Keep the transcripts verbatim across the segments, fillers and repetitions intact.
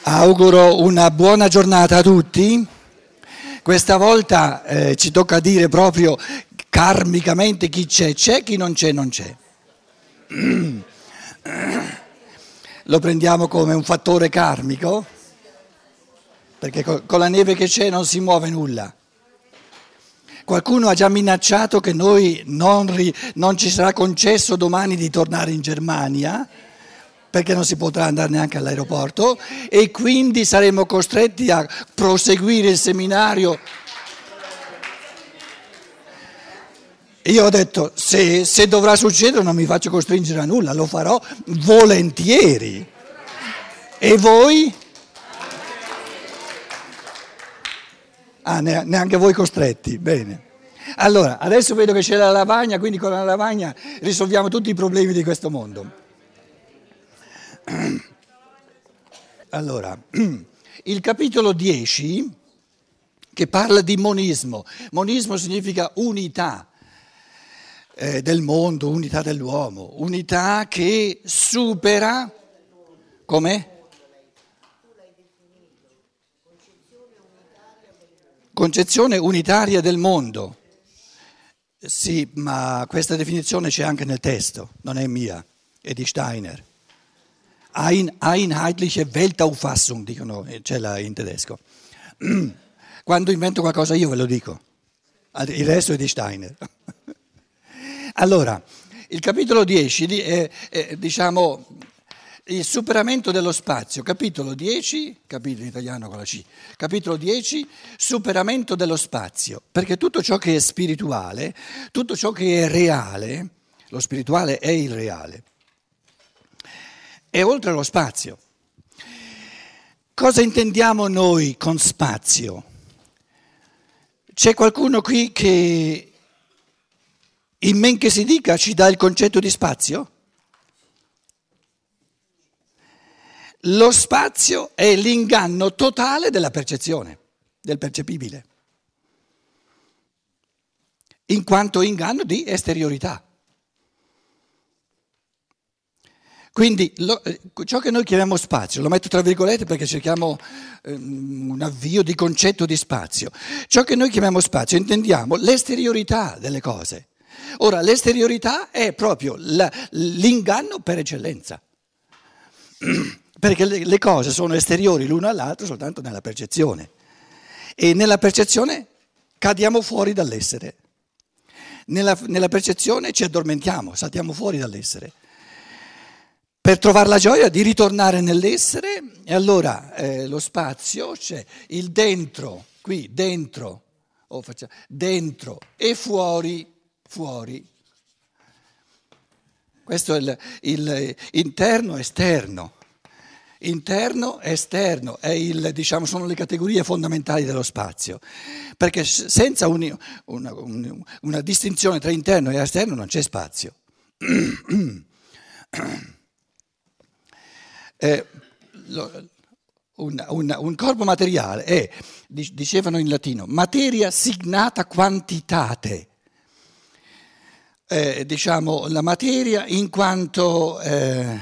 Auguro una buona giornata a tutti. Questa volta eh, ci tocca dire proprio karmicamente chi c'è, c'è, chi non c'è, non c'è. Lo prendiamo come un fattore karmico, perché con la neve che c'è non si muove nulla. Qualcuno ha già minacciato che noi non, ri, non ci sarà concesso domani di tornare in Germania, perché non si potrà andare neanche all'aeroporto e quindi saremo costretti a proseguire il seminario. Io ho detto, se, se dovrà succedere non mi faccio costringere a nulla, lo farò volentieri. E voi? Ah, neanche voi costretti, bene. Allora, adesso vedo che c'è la lavagna, quindi con la lavagna risolviamo tutti i problemi di questo mondo. Allora, il capitolo dieci che parla di monismo. Monismo significa unità eh, del mondo, unità dell'uomo, unità che supera, come? Concezione unitaria del mondo. Sì, ma questa definizione c'è anche nel testo, non è mia, è di Steiner. Ein, einheitliche Weltauffassung, dicono, c'è la in tedesco. Quando invento qualcosa io ve lo dico, il resto è di Steiner. Allora, il capitolo dieci è, è diciamo, il superamento dello spazio, capitolo dieci, capitolo in italiano con la C, capitolo dieci, superamento dello spazio, perché tutto ciò che è spirituale, tutto ciò che è reale, lo spirituale è il reale, è oltre lo spazio. Cosa intendiamo noi con spazio? C'è qualcuno qui che, in men che si dica, ci dà il concetto di spazio? Lo spazio è l'inganno totale della percezione, del percepibile, in quanto inganno di esteriorità. Quindi lo, ciò che noi chiamiamo spazio, lo metto tra virgolette perché cerchiamo um, un avvio di concetto di spazio. Ciò che noi chiamiamo spazio intendiamo l'esteriorità delle cose. Ora, l'esteriorità è proprio la, l'inganno per eccellenza, perché le, le cose sono esteriori l'una all'altra soltanto nella percezione e nella percezione cadiamo fuori dall'essere. Nella, nella percezione ci addormentiamo, saltiamo fuori dall'essere. Per trovare la gioia di ritornare nell'essere, e allora eh, lo spazio c'è il dentro, qui dentro, oh, facciamo, dentro e fuori, fuori. Questo è il, il interno esterno, interno esterno, è il, diciamo, sono le categorie fondamentali dello spazio, perché senza un, una, una, una distinzione tra interno e esterno non c'è spazio. Eh, lo, un, un, un corpo materiale è, dicevano in latino, materia signata quantitate, eh, diciamo la materia in quanto eh,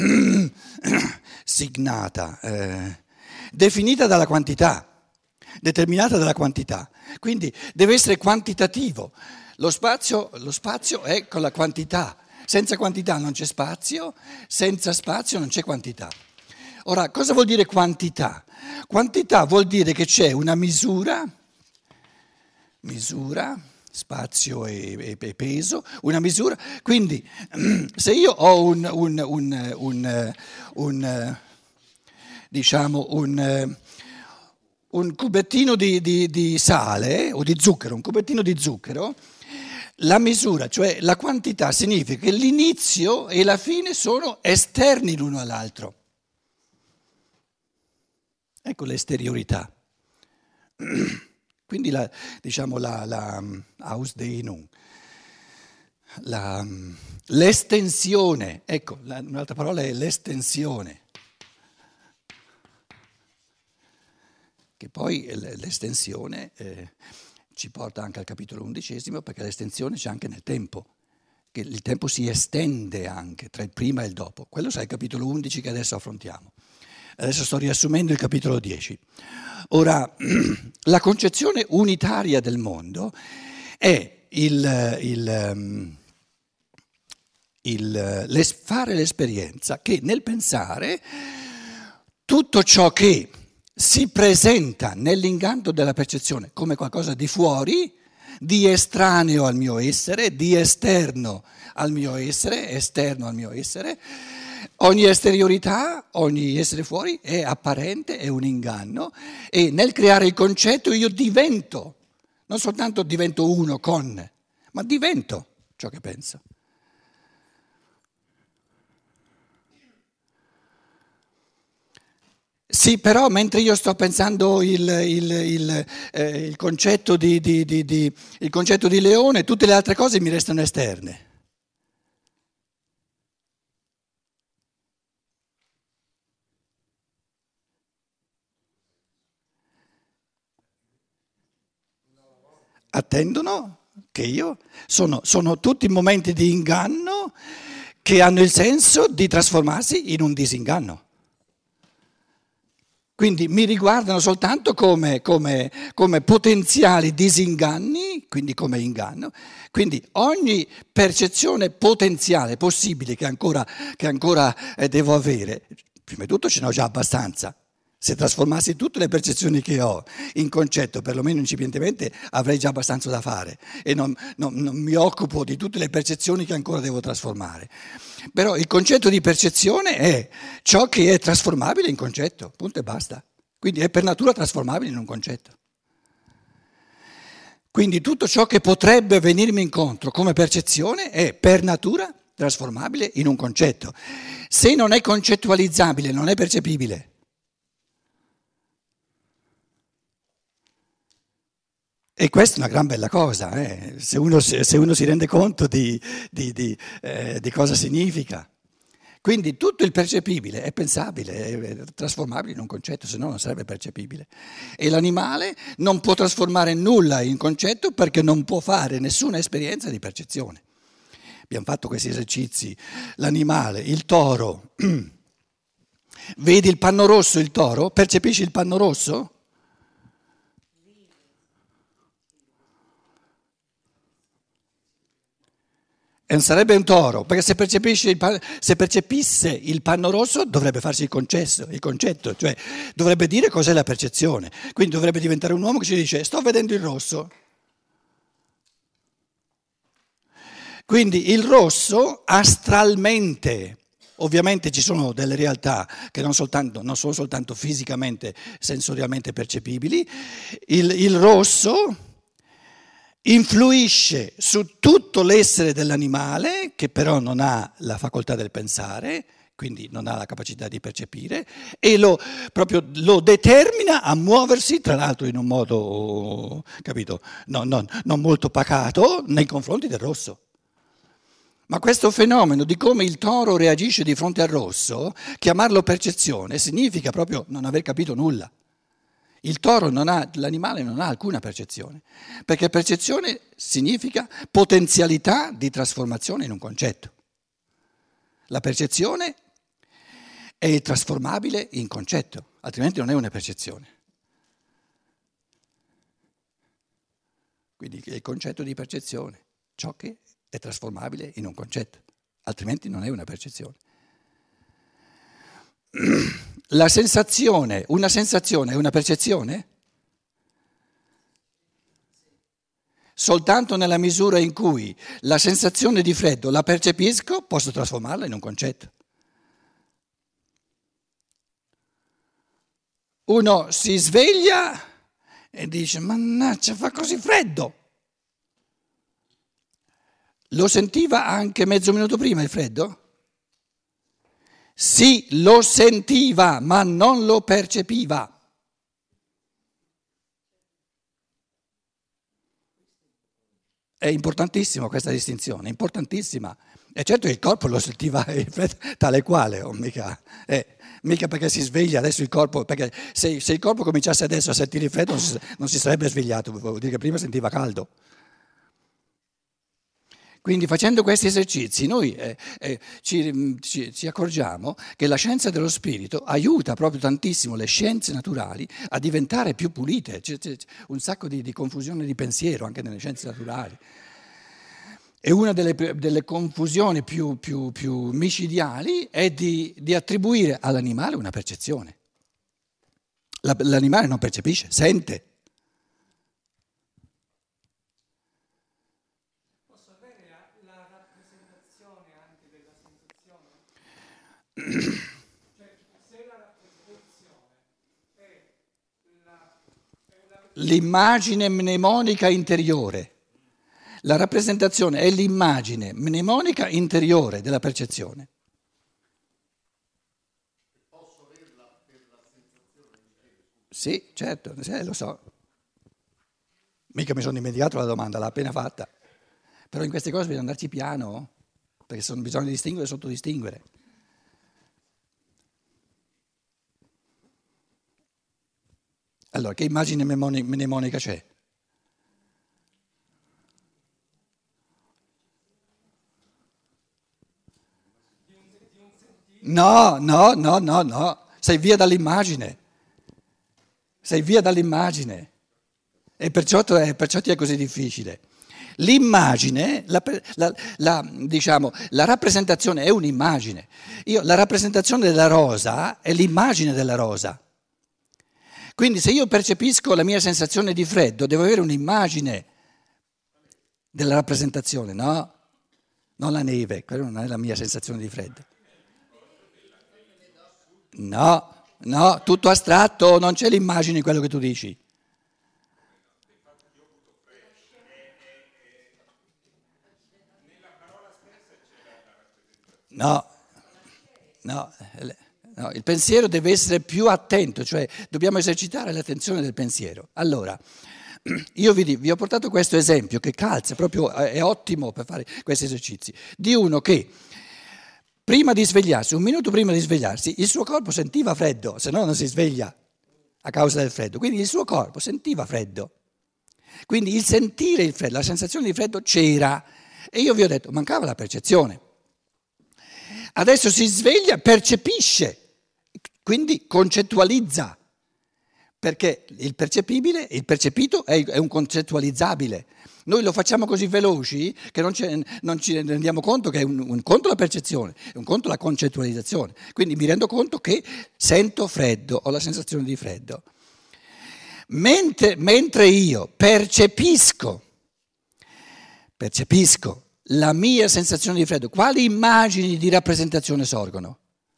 signata, eh, definita dalla quantità, determinata dalla quantità, quindi deve essere quantitativo. Lo spazio, lo spazio è con la quantità. Senza quantità non c'è spazio, senza spazio non c'è quantità. Ora, cosa vuol dire quantità? Quantità vuol dire che c'è una misura, misura, spazio e, e peso, una misura. Quindi, se io ho un, un, un, un, un diciamo, un, un cubettino di, di, di sale o di zucchero, un cubettino di zucchero, la misura, cioè la quantità, significa che l'inizio e la fine sono esterni l'uno all'altro. Ecco l'esteriorità. Quindi la, diciamo la, la Ausdehnung, la, l'estensione, ecco, la, un'altra parola è l'estensione. Che poi l'estensione eh, ci porta anche al capitolo undicesimo, perché l'estensione c'è anche nel tempo, che il tempo si estende anche tra il prima e il dopo. Quello sarà il capitolo undici che adesso affrontiamo. Adesso sto riassumendo il capitolo dieci. Ora, la concezione unitaria del mondo è il, il, il, l'es- fare l'esperienza che nel pensare tutto ciò che si presenta nell'inganto della percezione come qualcosa di fuori, di estraneo al mio essere, di esterno al mio essere, esterno al mio essere, ogni esteriorità, ogni essere fuori è apparente, è un inganno e nel creare il concetto io divento, non soltanto divento uno con, ma divento ciò che penso. Sì, però mentre io sto pensando il, il, il, eh, il concetto di, di, di, di, il concetto di leone, tutte le altre cose mi restano esterne. Attendono che io sono, sono tutti momenti di inganno che hanno il senso di trasformarsi in un disinganno. Quindi mi riguardano soltanto come, come, come potenziali disinganni, quindi come inganno. Quindi ogni percezione potenziale possibile che ancora, che ancora eh, devo avere, prima di tutto ce n'ho già abbastanza. Se trasformassi tutte le percezioni che ho in concetto, perlomeno incipientemente, avrei già abbastanza da fare e non, non, non mi occupo di tutte le percezioni che ancora devo trasformare. Però il concetto di percezione è ciò che è trasformabile in concetto, punto e basta. Quindi è per natura trasformabile in un concetto. Quindi tutto ciò che potrebbe venirmi incontro come percezione è per natura trasformabile in un concetto. Se non è concettualizzabile, non è percepibile. E questa è una gran bella cosa, eh? se, uno, se uno si rende conto di, di, di, eh, di cosa significa. Quindi tutto il percepibile è pensabile, è trasformabile in un concetto, se no non sarebbe percepibile. E l'animale non può trasformare nulla in concetto perché non può fare nessuna esperienza di percezione. Abbiamo fatto questi esercizi. L'animale, il toro, vedi il panno rosso, il toro, percepisci il panno rosso? E non sarebbe un toro, perché se, percepisce il pan- se percepisse il panno rosso dovrebbe farsi il concesso, il concetto, cioè dovrebbe dire cos'è la percezione. Quindi dovrebbe diventare un uomo che ci dice sto vedendo il rosso. Quindi il rosso astralmente, ovviamente ci sono delle realtà che non, soltanto, non sono soltanto fisicamente, sensorialmente percepibili, il, il rosso influisce su tutto l'essere dell'animale, che però non ha la facoltà del pensare, quindi non ha la capacità di percepire, e lo, proprio, lo determina a muoversi, tra l'altro in un modo, capito, non, non, non molto pacato, nei confronti del rosso. Ma questo fenomeno di come il toro reagisce di fronte al rosso, chiamarlo percezione, significa proprio non aver capito nulla. Il toro non ha, l'animale non ha alcuna percezione, perché percezione significa potenzialità di trasformazione in un concetto. La percezione è il trasformabile in concetto, altrimenti non è una percezione. Quindi è il concetto di percezione, ciò che è trasformabile in un concetto, altrimenti non è una percezione. La sensazione, una sensazione è una percezione? Soltanto nella misura in cui la sensazione di freddo la percepisco, posso trasformarla in un concetto. Uno si sveglia e dice, mannaggia, fa così freddo. Lo sentiva anche mezzo minuto prima il freddo? Sì, lo sentiva, ma non lo percepiva. È importantissima questa distinzione, importantissima. E certo il corpo lo sentiva tale quale, oh, mica, eh, mica perché si sveglia adesso il corpo, perché se, se il corpo cominciasse adesso a sentire il freddo non si, non si sarebbe svegliato, vuol dire che prima sentiva caldo. Quindi facendo questi esercizi noi eh, eh, ci, ci, ci accorgiamo che la scienza dello spirito aiuta proprio tantissimo le scienze naturali a diventare più pulite. C'è, c'è un sacco di, di confusione di pensiero anche nelle scienze naturali. E una delle, delle confusioni più, più, più micidiali è di, di attribuire all'animale una percezione. La, l'animale non percepisce, sente. Posso avere la, la rappresentazione anche della sensazione? Cioè, se la rappresentazione è, la, è una... L'immagine mnemonica interiore. La rappresentazione è l'immagine mnemonica interiore della percezione. Posso averla per la sensazione di chiede, scusa. Sì, certo, sì, lo so. Mica mi sono dimenticato la domanda, l'ha appena fatta. Però in queste cose bisogna andarci piano, perché sono, bisogna distinguere e sottodistinguere. Allora, che immagine mnemoni- mnemonica c'è? No, no, no, no, no, sei via dall'immagine, sei via dall'immagine e perciò, è, perciò ti è così difficile. L'immagine, la, la, la, diciamo, la rappresentazione è un'immagine. Io, la rappresentazione della rosa è l'immagine della rosa. Quindi se io percepisco la mia sensazione di freddo, devo avere un'immagine della rappresentazione, no? Non la neve, quella non è la mia sensazione di freddo. No, no, tutto astratto, non c'è l'immagine di quello che tu dici. No, no, no, il pensiero deve essere più attento, cioè dobbiamo esercitare l'attenzione del pensiero. Allora, io vi, vi ho portato questo esempio che calza, proprio è ottimo per fare questi esercizi, di uno che prima di svegliarsi, un minuto prima di svegliarsi, il suo corpo sentiva freddo, se no non si sveglia a causa del freddo. Quindi il suo corpo sentiva freddo. Quindi il sentire il freddo, la sensazione di freddo c'era. E io vi ho detto, mancava la percezione. Adesso si sveglia, percepisce, quindi concettualizza. Perché il percepibile, il percepito è, è un concettualizzabile. Noi lo facciamo così veloci che non, non ci rendiamo conto che è un, un conto la percezione, è un conto la concettualizzazione. Quindi mi rendo conto che sento freddo, ho la sensazione di freddo. Mentre, mentre io percepisco, percepisco la mia sensazione di freddo, quali immagini di rappresentazione sorgono?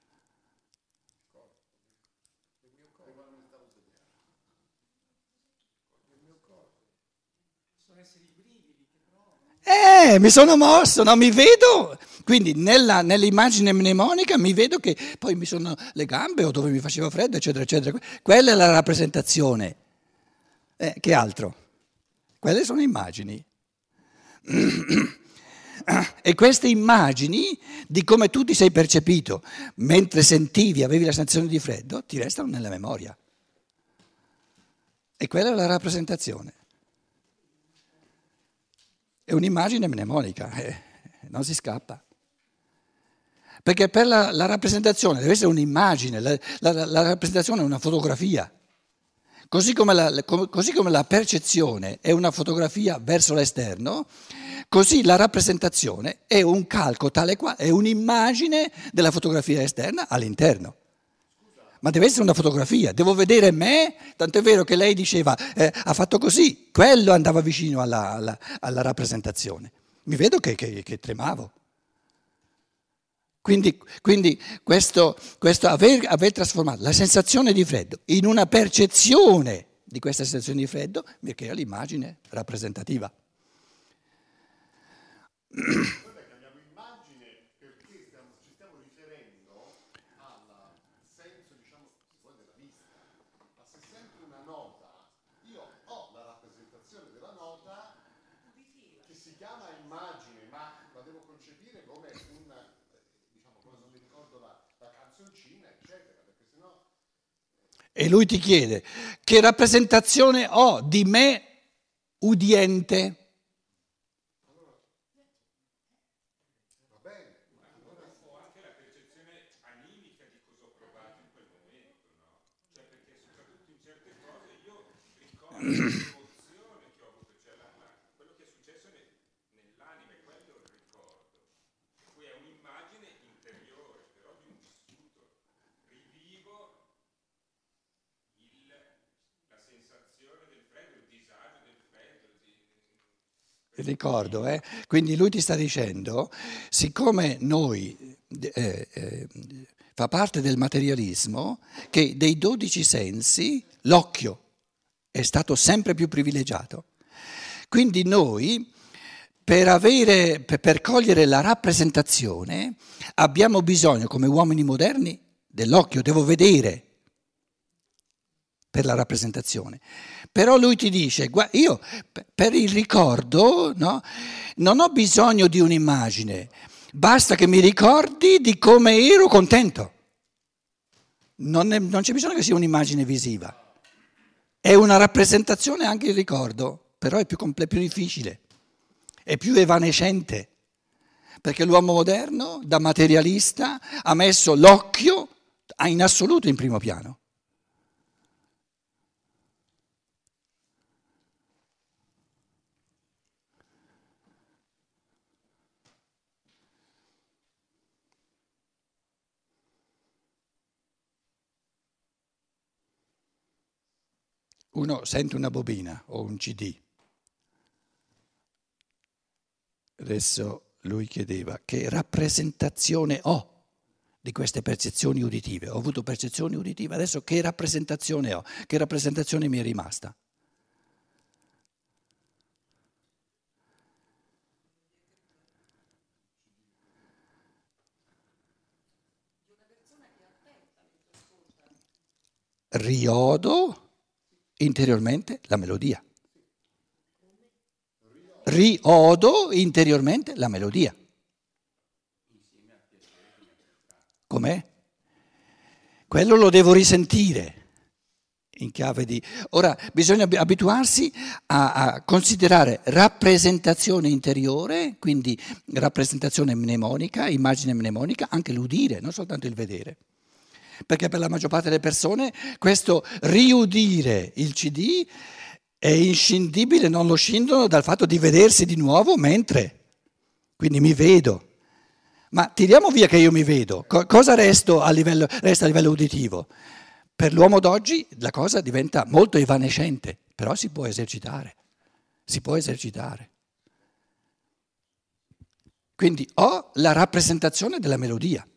Eh, mi sono mosso, no, mi vedo, quindi nella, nell'immagine mnemonica mi vedo che poi mi sono le gambe o dove mi faceva freddo, eccetera, eccetera. Quella è la rappresentazione. Eh, che altro? Quelle sono immagini. E queste immagini di come tu ti sei percepito mentre sentivi, avevi la sensazione di freddo, ti restano nella memoria. E quella è la rappresentazione. È un'immagine mnemonica, eh, non si scappa. Perché per la, la rappresentazione deve essere un'immagine, la, la, la rappresentazione è una fotografia. Così come la, così come la percezione è una fotografia verso l'esterno, così la rappresentazione è un calco tale quale, è un'immagine della fotografia esterna all'interno. Ma deve essere una fotografia, devo vedere me, tant'è vero che lei diceva, eh, ha fatto così, quello andava vicino alla, alla, alla rappresentazione. Mi vedo che, che, che tremavo. Quindi, quindi questo, questo aver, aver trasformato la sensazione di freddo in una percezione di questa sensazione di freddo mi crea l'immagine rappresentativa. E lui ti chiede, che rappresentazione ho di me udiente? l'emozione che ho avuto, cioè la, la, quello che è successo nel, nell'anima, è quello il ricordo. Per cui è un'immagine interiore, però di un vissuto. Rivivo il, la sensazione del freddo, il disagio del freddo. Il ricordo, eh? Quindi lui ti sta dicendo, siccome noi, eh, eh, fa parte del materialismo, che dei dodici sensi l'occhio è stato sempre più privilegiato. Quindi noi, per avere, per, per cogliere la rappresentazione, abbiamo bisogno, come uomini moderni, dell'occhio, devo vedere per la rappresentazione. Però lui ti dice, guarda, io per il ricordo, no, non ho bisogno di un'immagine, basta che mi ricordi di come ero contento. Non, è, non c'è bisogno che sia un'immagine visiva. È una rappresentazione anche il ricordo, però è più, comple- più difficile, è più evanescente, perché l'uomo moderno, da materialista, ha messo l'occhio in assoluto in primo piano. Uno sente una bobina o un C D. Adesso lui chiedeva che rappresentazione ho di queste percezioni uditive. Ho avuto percezioni uditive, adesso che rappresentazione ho? Che rappresentazione mi è rimasta? Riodo interiormente la melodia. Riodo interiormente la melodia. Com'è? Quello lo devo risentire in chiave di... Ora, bisogna abituarsi a, a considerare rappresentazione interiore, quindi rappresentazione mnemonica, immagine mnemonica, anche l'udire, non soltanto il vedere. Perché per la maggior parte delle persone questo riudire il C D è inscindibile, non lo scindono dal fatto di vedersi di nuovo mentre, quindi mi vedo. Ma tiriamo via che io mi vedo, Co- cosa resto a livello, resta a livello uditivo? Per l'uomo d'oggi la cosa diventa molto evanescente, però si può esercitare, si può esercitare. Quindi ho la rappresentazione della melodia.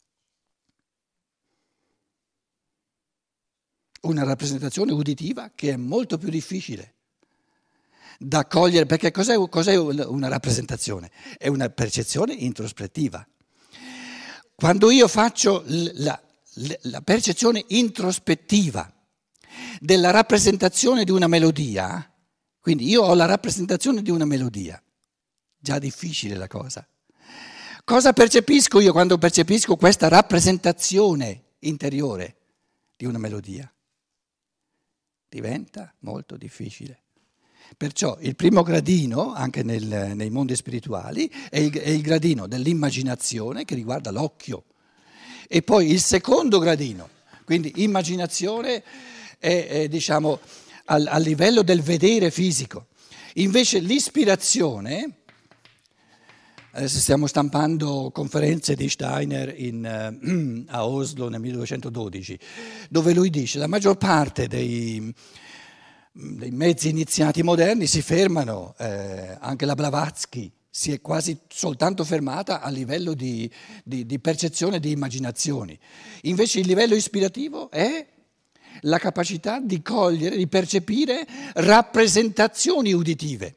Una rappresentazione uditiva che è molto più difficile da cogliere, perché cos'è, cos'è una rappresentazione? È una percezione introspettiva. Quando io faccio la, la percezione introspettiva della rappresentazione di una melodia, quindi io ho la rappresentazione di una melodia, già difficile la cosa. Cosa percepisco io quando percepisco questa rappresentazione interiore di una melodia? Diventa molto difficile. Perciò il primo gradino, anche nel, nei mondi spirituali, è il, è il gradino dell'immaginazione che riguarda l'occhio. E poi il secondo gradino, quindi immaginazione è, è diciamo al, a livello del vedere fisico. Invece l'ispirazione, adesso stiamo stampando conferenze di Steiner in, uh, a Oslo nel milleduecentododici, dove lui dice la maggior parte dei, dei mezzi iniziati moderni si fermano, eh, anche la Blavatsky si è quasi soltanto fermata a livello di, di, di percezione, di immaginazioni. Invece il livello ispirativo è la capacità di cogliere, di percepire rappresentazioni uditive.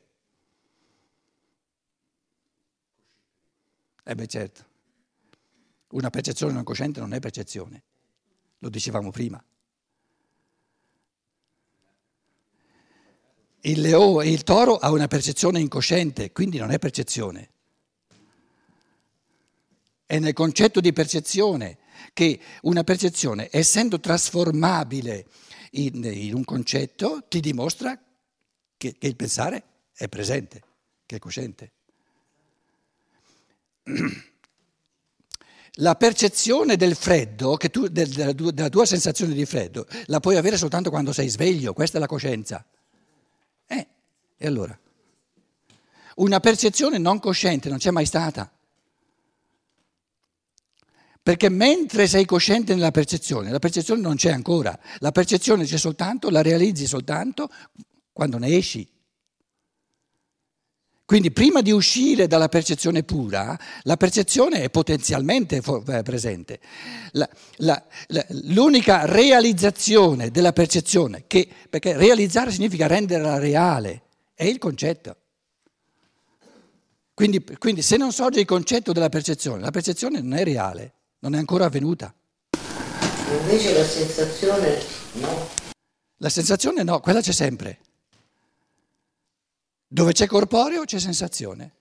Eh beh certo, una percezione non cosciente non è percezione, lo dicevamo prima. Il leone, il toro ha una percezione incosciente, quindi non è percezione. È nel concetto di percezione che una percezione, essendo trasformabile in, in un concetto, ti dimostra che, che il pensare è presente, che è cosciente. La percezione del freddo, che tu, del, della, tua, della tua sensazione di freddo, la puoi avere soltanto quando sei sveglio, questa è la coscienza. Eh, e allora? Una percezione non cosciente non c'è mai stata. Perché mentre sei cosciente nella percezione, la percezione non c'è ancora. La percezione c'è soltanto, la realizzi soltanto quando ne esci. Quindi prima di uscire dalla percezione pura, la percezione è potenzialmente presente. La, la, la, l'unica realizzazione della percezione, che, perché realizzare significa renderla reale, è il concetto. Quindi, quindi se non sorge il concetto della percezione, la percezione non è reale, non è ancora avvenuta. Invece la sensazione no. La sensazione no, quella c'è sempre. Dove c'è corporeo c'è sensazione.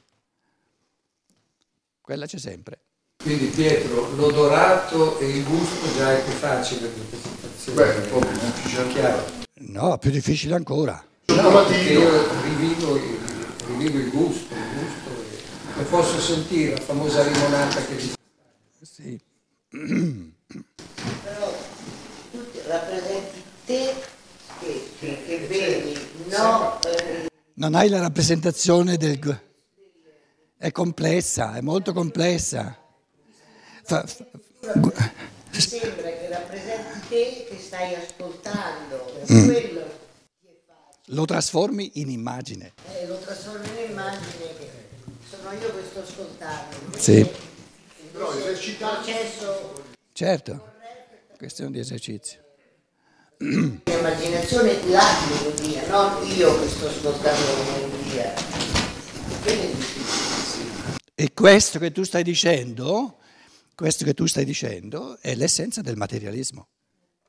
Quella c'è sempre. Quindi Pietro, l'odorato e il gusto già è più facile per questa sensazione. Beh, un po' più difficile. Chiaro. No, più difficile ancora. No, perché io rivivo, rivivo il gusto, il gusto e, e posso sentire la famosa limonata che dice. Sì. Però tu rappresenti te che, che, che vedi, no? Eh, Non hai la rappresentazione del... È complessa, è molto complessa. Fa, fa, mi sembra che rappresenti te che stai ascoltando, per mm. quello ti è facile. Lo trasformi in immagine. Eh, lo trasformi in immagine che sono io che sto ascoltando. Sì. Però esercitare... Processo... Certo, questione di esercizio. L'immaginazione la melodia, non io che sto ascoltando la melodia. Quindi è difficile. E questo che tu stai dicendo, questo che tu stai dicendo è l'essenza del materialismo.